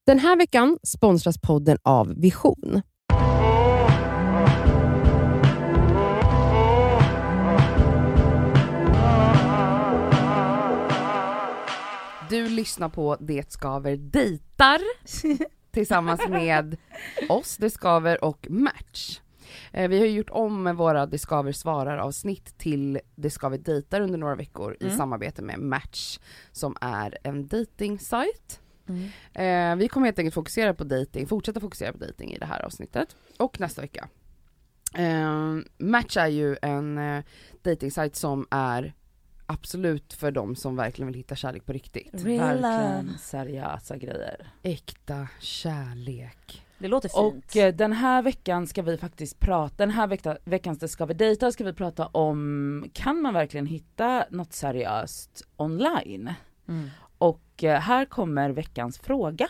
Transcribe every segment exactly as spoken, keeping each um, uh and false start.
Den här veckan sponsras podden av Vision. Du lyssnar på Det Skaver dejtar tillsammans med oss, Det Skaver och Match. Vi har gjort om våra Det Skaver svarar avsnitt till Det Skaver dejtar under några veckor mm. i samarbete med Match, som är en dating-sajt. Mm. Eh, vi kommer helt enkelt fokusera på dating, fortsätta fokusera på dating i det här avsnittet och nästa vecka. Eh, Match är ju en eh, dating-sajt som är absolut för dem som verkligen vill hitta kärlek på riktigt. Real verkligen seriösa grejer. Äkta kärlek. Det låter fint. Och eh, den här veckan ska vi faktiskt prata, den här vecka, veckans Det Ska vi dejta ska vi prata om, kan man verkligen hitta något seriöst online? Mm. Och eh, här kommer veckans fråga.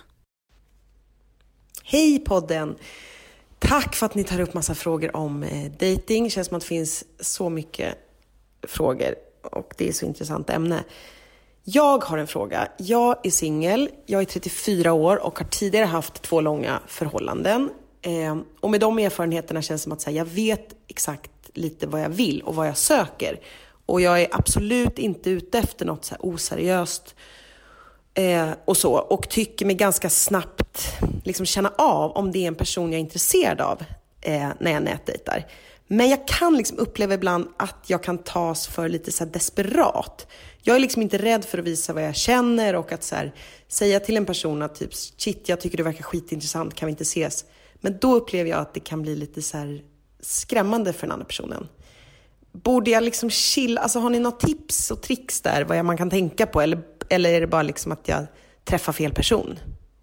Hej podden! Tack för att ni tar upp massa frågor om eh, dating. Det känns som att det finns så mycket frågor och det är så intressant ämne. Jag har en fråga. Jag är singel, jag är trettiofyra år och har tidigare haft två långa förhållanden. Eh, och med de erfarenheterna känns det som att så här, jag vet exakt lite vad jag vill och vad jag söker. Och jag är absolut inte ute efter något så här oseriöst eh, och så. Och tycker mig ganska snabbt liksom känna av om det är en person jag är intresserad av eh, när jag nätdejtar. Men jag kan liksom uppleva ibland att jag kan tas för lite så här desperat. Jag är liksom inte rädd för att visa vad jag känner och att så här, säga till en person att typ, shit, jag tycker du verkar skitintressant, kan vi inte ses? Men då upplever jag att det kan bli lite så här skrämmande för den andra personen. Borde jag liksom chilla, alltså har ni några tips och tricks där vad man kan tänka på? Eller, eller är det bara liksom att jag träffar fel person?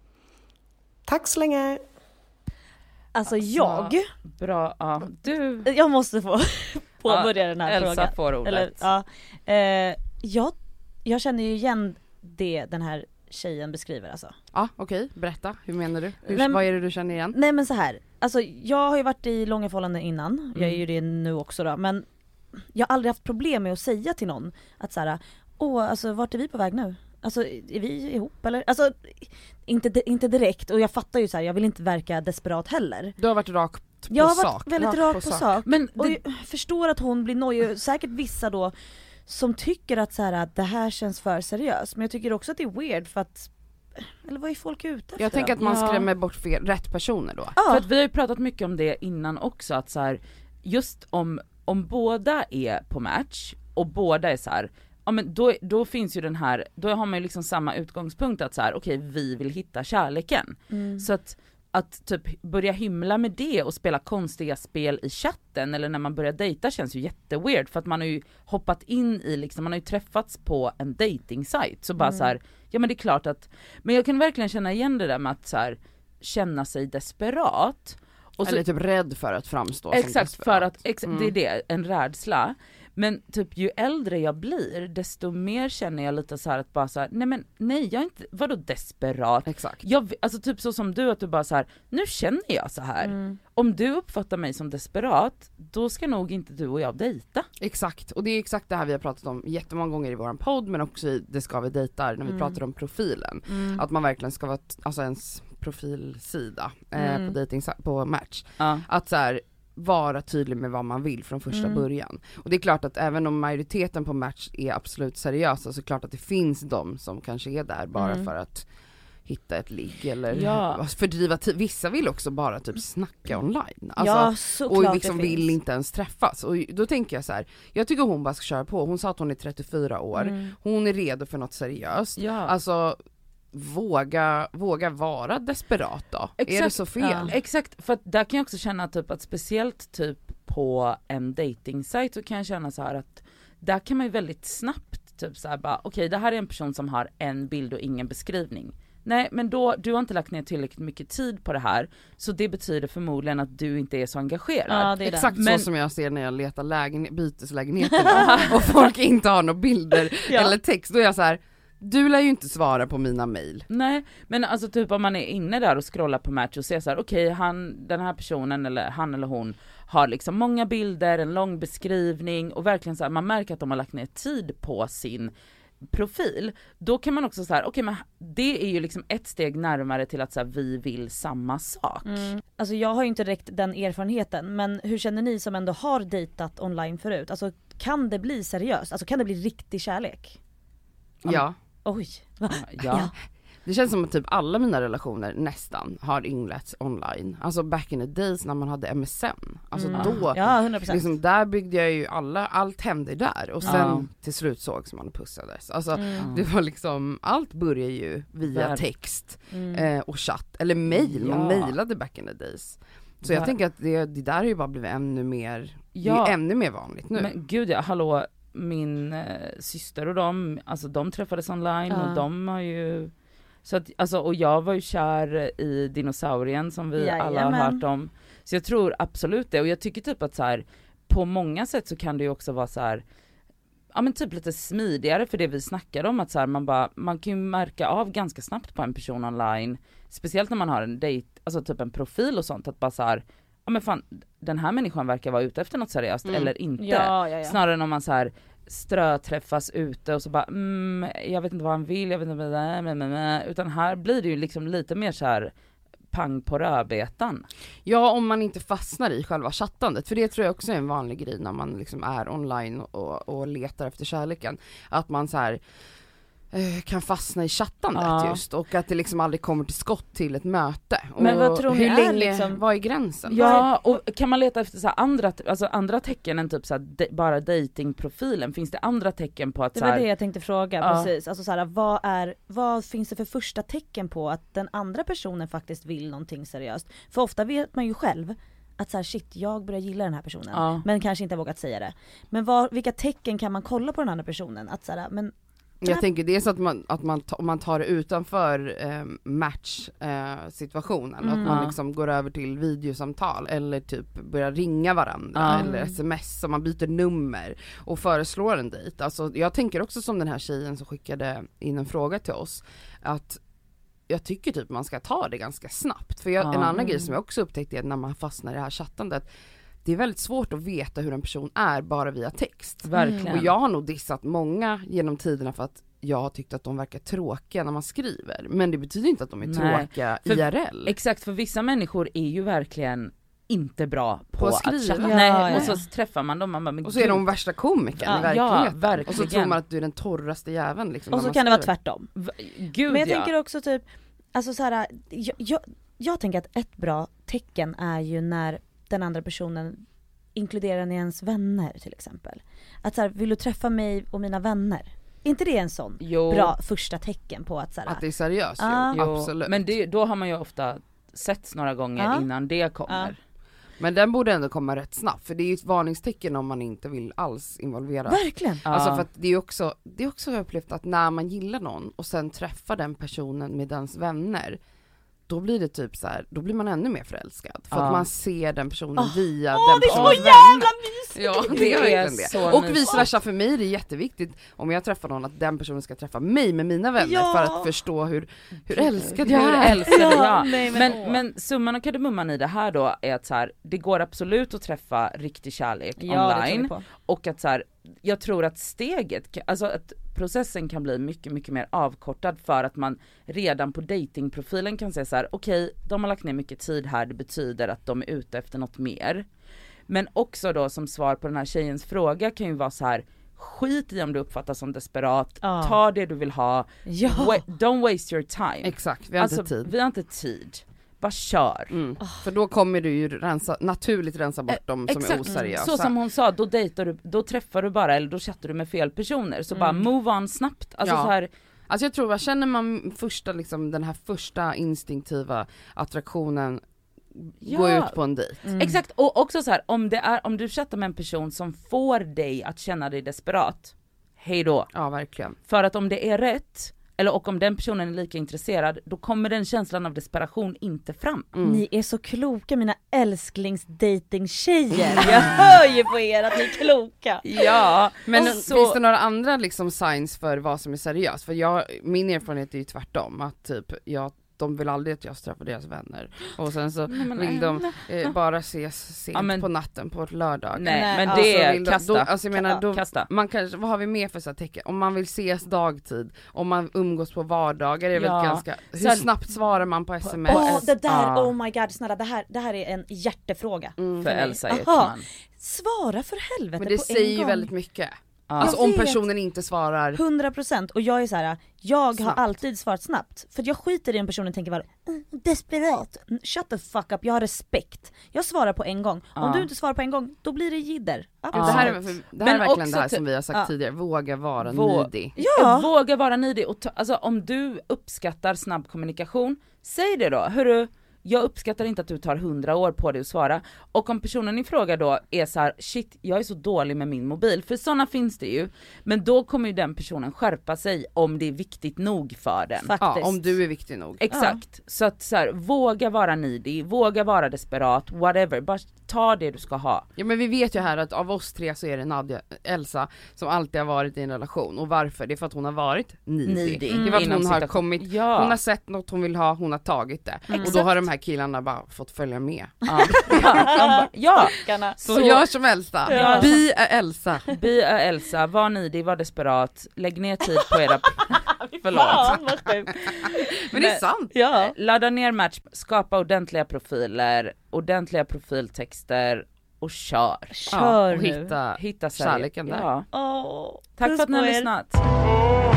Tack så länge! Alltså jag... Bra, ja. Du... Jag måste få påbörja ja, den här Elsa frågan. Elsa får ordet. Eller, ja, eh, jag, jag känner ju igen det den här tjejen beskriver alltså. Ja, okej. Okay. Berätta. Hur menar du? Hur, nej, vad är det du känner igen? Nej men så här. Alltså jag har ju varit i långa förhållanden innan. Mm. Jag är ju det nu också då. Men jag har aldrig haft problem med att säga till någon att så här, åh, alltså vart är vi på väg nu? Alltså är vi ihop eller? Alltså inte, inte direkt, och jag fattar ju så här, jag vill inte verka desperat heller. Du har varit rakt på jag har sak. varit väldigt rak, rak på, på sak. sak. Men och det... jag förstår att hon blir nojig, säkert vissa då som tycker att så här, att det här känns för seriöst. Men jag tycker också att det är weird för att, eller vad är folk ute efter? Jag tänker att man ja. skrämmer bort fel, rätt personer då. Ja. För att vi har ju pratat mycket om det innan också, att så här, just om, om båda är på Match och båda är så här, ja men då, då finns ju den här, då har man ju liksom samma utgångspunkt att så här, okej, okay, vi vill hitta kärleken. Mm. Så att, att typ börja hymla med det och spela konstiga spel i chatten eller när man börjar dejta känns ju jätteweird, för att man har ju hoppat in i liksom, man har ju träffats på en dating-sajt, så bara mm. så här, ja men det är klart att, men jag kan verkligen känna igen det där med att så här, känna sig desperat. Och så, eller typ rädd för att framstå exakt, som desperat. För att, ex- mm. det är det, en rädsla. Men typ ju äldre jag blir, desto mer känner jag lite så här att bara så här, nej men nej, jag är inte, vadå desperat? Exakt. Jag, alltså typ så som du, att du bara så här, nu känner jag så här. Mm. Om du uppfattar mig som desperat, då ska nog inte du och jag dejta. Exakt, och det är exakt det här vi har pratat om jättemånga gånger i våran podd, men också i Det Ska vi dejtar, när vi mm. pratar om profilen. Mm. Att man verkligen ska vara, alltså ens profilsida eh, mm. på dating, på Match. Ja. Att så här, vara tydlig med vad man vill från första mm. början. Och det är klart att även om majoriteten på Match är absolut seriösa, så är det klart att det finns de som kanske är där bara mm. för att hitta ett ligg eller ja. fördriva tid. Vissa vill också bara typ snacka online. Alltså, ja, och liksom vill inte ens träffas. Och då tänker jag så här, jag tycker hon bara ska köra på. Hon sa att hon är trettiofyra år. Mm. Hon är redo för något seriöst. Ja. Alltså Våga, våga vara desperat då. Exakt, är det så fel? Ja. Exakt, för att där kan jag också känna typ att speciellt typ på en dating-sajt så kan jag känna så här att där kan man ju väldigt snabbt typ så här bara, okej, okay, det här är en person som har en bild och ingen beskrivning. Nej, men då, du har inte lagt ner tillräckligt mycket tid på det här, så det betyder förmodligen att du inte är så engagerad. Ja, det är exakt men... så som jag ser när jag letar lägen... byteslägenheterna och folk inte har några bilder ja. eller text. Då är jag så här, du lär ju inte svara på mina mejl. Nej, men alltså typ om man är inne där och scrollar på Match och ser så här, okej, okay, han, den här personen eller han eller hon har liksom många bilder, en lång beskrivning och verkligen så här, man märker att de har lagt ner tid på sin profil, då kan man också så här, okej okay, men det är ju liksom ett steg närmare till att så här, vi vill samma sak. Mm. Alltså jag har ju inte direkt den erfarenheten, men hur känner ni som ändå har dejtat online förut? Alltså kan det bli seriöst? Alltså kan det bli riktig kärlek? Ja. Oj. Ja. Ja. Det känns som att typ alla mina relationer nästan har inletts online. Alltså back in the days när man hade M S N. Alltså Mm. då, Ja, hundra procent. liksom, där byggde jag ju alla, allt hände där. Och sen Ja. till slut sågs man och pussades. Alltså Mm. det var liksom, allt började ju via Ver- text Mm. eh, och chatt. Eller mail, man Ja. mejlade back in the days. Så jag Ver- tänker att det, det där har ju bara blivit ännu mer, Ja. det är ännu mer vanligt nu. Men gud ja, hallå, min eh, syster och de, alltså de träffades online Ja. och de har ju, så att, alltså, och jag var ju kär i dinosaurien som vi alla har Jajamän. hört om. Så jag tror absolut det, och jag tycker typ att så här, på många sätt så kan det ju också vara så här, ja men typ lite smidigare för det vi snackade om, att så här, man bara, man kan ju märka av ganska snabbt på en person online, speciellt när man har en dejt, alltså typ en profil och sånt, att bara så här, ja men fan, den här människan verkar vara ute efter något seriöst Mm. eller inte. Ja, ja, ja. Snarare än om man så här ströträffas ute och så bara mm, jag vet inte vad han vill, jag vet inte vad det är, men, men, men. Utan här blir det ju liksom lite mer så här pang på rödbetan. Ja, om man inte fastnar i själva chattandet, för det tror jag också är en vanlig grej när man liksom är online och, och letar efter kärleken, att man så här eh, kan fastna i chattandet Ja. just, och att det liksom aldrig kommer till skott till ett möte. Men och vad tror ni hur är länge, liksom- vad är gränsen? Ja, och kan man leta efter så här andra, alltså andra tecken än typ så här de, bara datingprofilen, finns det andra tecken på att Det så var här, det jag tänkte fråga, Ja. precis. Alltså så här, vad, är, vad finns det för första tecken på att den andra personen faktiskt vill någonting seriöst? För ofta vet man ju själv att så här, shit, jag börjar gilla den här personen, Ja. men kanske inte har vågat säga det. Men vad, vilka tecken kan man kolla på den andra personen? Att så här, men Jag tänker det är så att man, att man, ta, man tar det utanför eh, match eh, situationen, Mm. att man Ja. liksom går över till videosamtal eller typ börjar ringa varandra Ja. eller sms, och man byter nummer och föreslår en dejt. Alltså jag tänker också som den här tjejen som skickade in en fråga till oss, att jag tycker typ man ska ta det ganska snabbt. För jag, Ja. en annan Mm. grej som jag också upptäckte är att när man fastnar i det här chattandet, det är väldigt svårt att veta hur en person är bara via text. verkligen. Och jag har nog dissat många genom tiderna för att jag har tyckt att de verkar tråkiga när man skriver. Men det betyder inte att de är Nej, tråkiga för- I R L. Exakt, för vissa människor är ju verkligen inte bra på, På att att skriva. chatta. Ja, Nej, ja, och så ja. träffar man dem, man bara, men Och så är de gud. värsta komikern Ja, i verkligheten. ja, verkligen. Och så tror man att du är den torraste jäveln liksom, och när så man kan det vara skriver. tvärtom. V- Gud Men jag ja. tänker också typ, alltså så här, jag, jag, jag tänker att ett bra tecken är ju när den andra personen inkluderar en i ens vänner till exempel. Att så här, vill du träffa mig och mina vänner? Är inte det en sån Jo. bra första tecken på att så här, Att det är seriöst Ah. ju. Jo, Absolut. men det, då har man ju ofta setts några gånger Ja. innan det kommer. Men den borde ändå komma rätt snabbt, för det är ju ett varningstecken om man inte vill alls involvera. verkligen. Ja. Alltså för att det är också, det är också upplevt att när man gillar någon och sen träffar den personen med dens vänner, då blir det typ så här, då blir man ännu mer förälskad. För Ja. att man ser den personen Åh, via åh, den det är så personens jävla vänner. Ja, det Det är är verkligen det. så Och mysigt. vice versa, för mig är det jätteviktigt om jag träffar någon att den personen ska träffa mig med mina vänner, Ja. för att förstå hur, hur älskad Hur jag är. älskade Ja, jag. nej, men men, åh. men summan och kardemumman i det här då är att så här, det går absolut att träffa riktig kärlek Ja, det tror online. vi på. Och att så här, jag tror att steget, alltså att processen kan bli mycket, mycket mer avkortad, för att man redan på datingprofilen kan säga så här: okej, de har lagt ner mycket tid här, det betyder att de är ute efter något mer. Men också då som svar på den här tjejens fråga kan ju vara så här: skit i om du uppfattas som desperat, Ja. ta det du vill ha, Ja. Wa- don't waste your time. Exakt, vi har Alltså, inte tid. vi har inte tid. Bara kör. Mm. För då kommer du ju rensa, naturligt rensa bort de som är Exakt. oseriösa. Så som hon sa, då dejtar du, då träffar du bara, eller då chattar du med fel personer. Så bara move on snabbt. Alltså Ja. så här, Alltså jag tror, vad känner man första, liksom, den här första instinktiva attraktionen, Ja. gå ut på en dejt. Mm. exakt, och också så här, om det är, om du chattar med en person som får dig att känna dig desperat, hej då. Ja, verkligen. För att om det är rätt, eller och om den personen är lika intresserad, då kommer den känslan av desperation inte fram. Mm. Ni är så kloka, mina älsklingsdating-tjejer. Jag hör ju på er att ni är kloka. Ja, Men och finns så, det några andra liksom signs för vad som är seriöst? För jag, min erfarenhet är ju tvärtom, att typ jag de vill aldrig att jag ska träffa deras vänner. Och sen så Nej, men, vill de eh, bara ses sent Ja, men- på natten på ett lördag. Nej, Nej, men ja. det Så är vill de- kasta. Då, alltså jag menar, då, Kasta. man kanske, vad har vi mer för så här tecken? Om man vill ses dagtid, om man umgås på vardagar är det Ja. väl ganska, hur Sen- snabbt svarar man på sms? Åh det där, Ja. oh my god snälla det här, det här är en hjärtefråga. Mm. För mig. Elsa Aha. Ekman. Svara för helvete Men det på säger en ju gång. väldigt mycket. Ja. Alltså Jag om vet. personen inte svarar. hundra procent och jag är så här. Jag har Snabbt. alltid svarat snabbt. För jag skiter i en person och tänker bara "Mm, desperat. Mm, Shut the fuck up, jag har respekt. Jag svarar på en gång. Om Ja. du inte svarar på en gång, då blir det jidder. Det här är, Absolut. för, det här är Men verkligen också det här ty- som vi har sagt ja. tidigare, våga vara Vå- needy. Ja. Våga vara nidig och ta, alltså om du uppskattar snabb kommunikation, säg det då. Hörru, jag uppskattar inte att du tar hundra år på dig att svara. Och om personen i fråga då är så här: shit, jag är så dålig med min mobil, för sådana finns det ju. Men då kommer ju den personen skärpa sig om det är viktigt nog för den. Faktiskt. Ja, om du är viktig nog. Exakt, så att så här, våga vara nidig, våga vara desperat, whatever, bara ta det du ska ha. Ja men vi vet ju här att av oss tre så är det Nadja, Elsa som alltid har varit i en relation. Och varför? Det är för att hon har varit needy. Nidig. Det är för att Inom hon har citation- kommit, Ja. hon har sett något hon vill ha, hon har tagit det. Och då har de här killarna bara fått följa med. Ja, ja, de bara, ja. Så, Så- gör som Elsa, Ja. bi är Elsa. Be a Elsa, var nidig, var desperat, lägg ner tid på era... Förlåt. Fan vad sjukt. Men det är sant. Ja. Ladda ner Match, skapa ordentliga profiler, ordentliga profiltexter och kör. Kör och nu. hitta Hitta kärleken där. Ja. Åh, Tack puss för att ni på har er. lyssnat.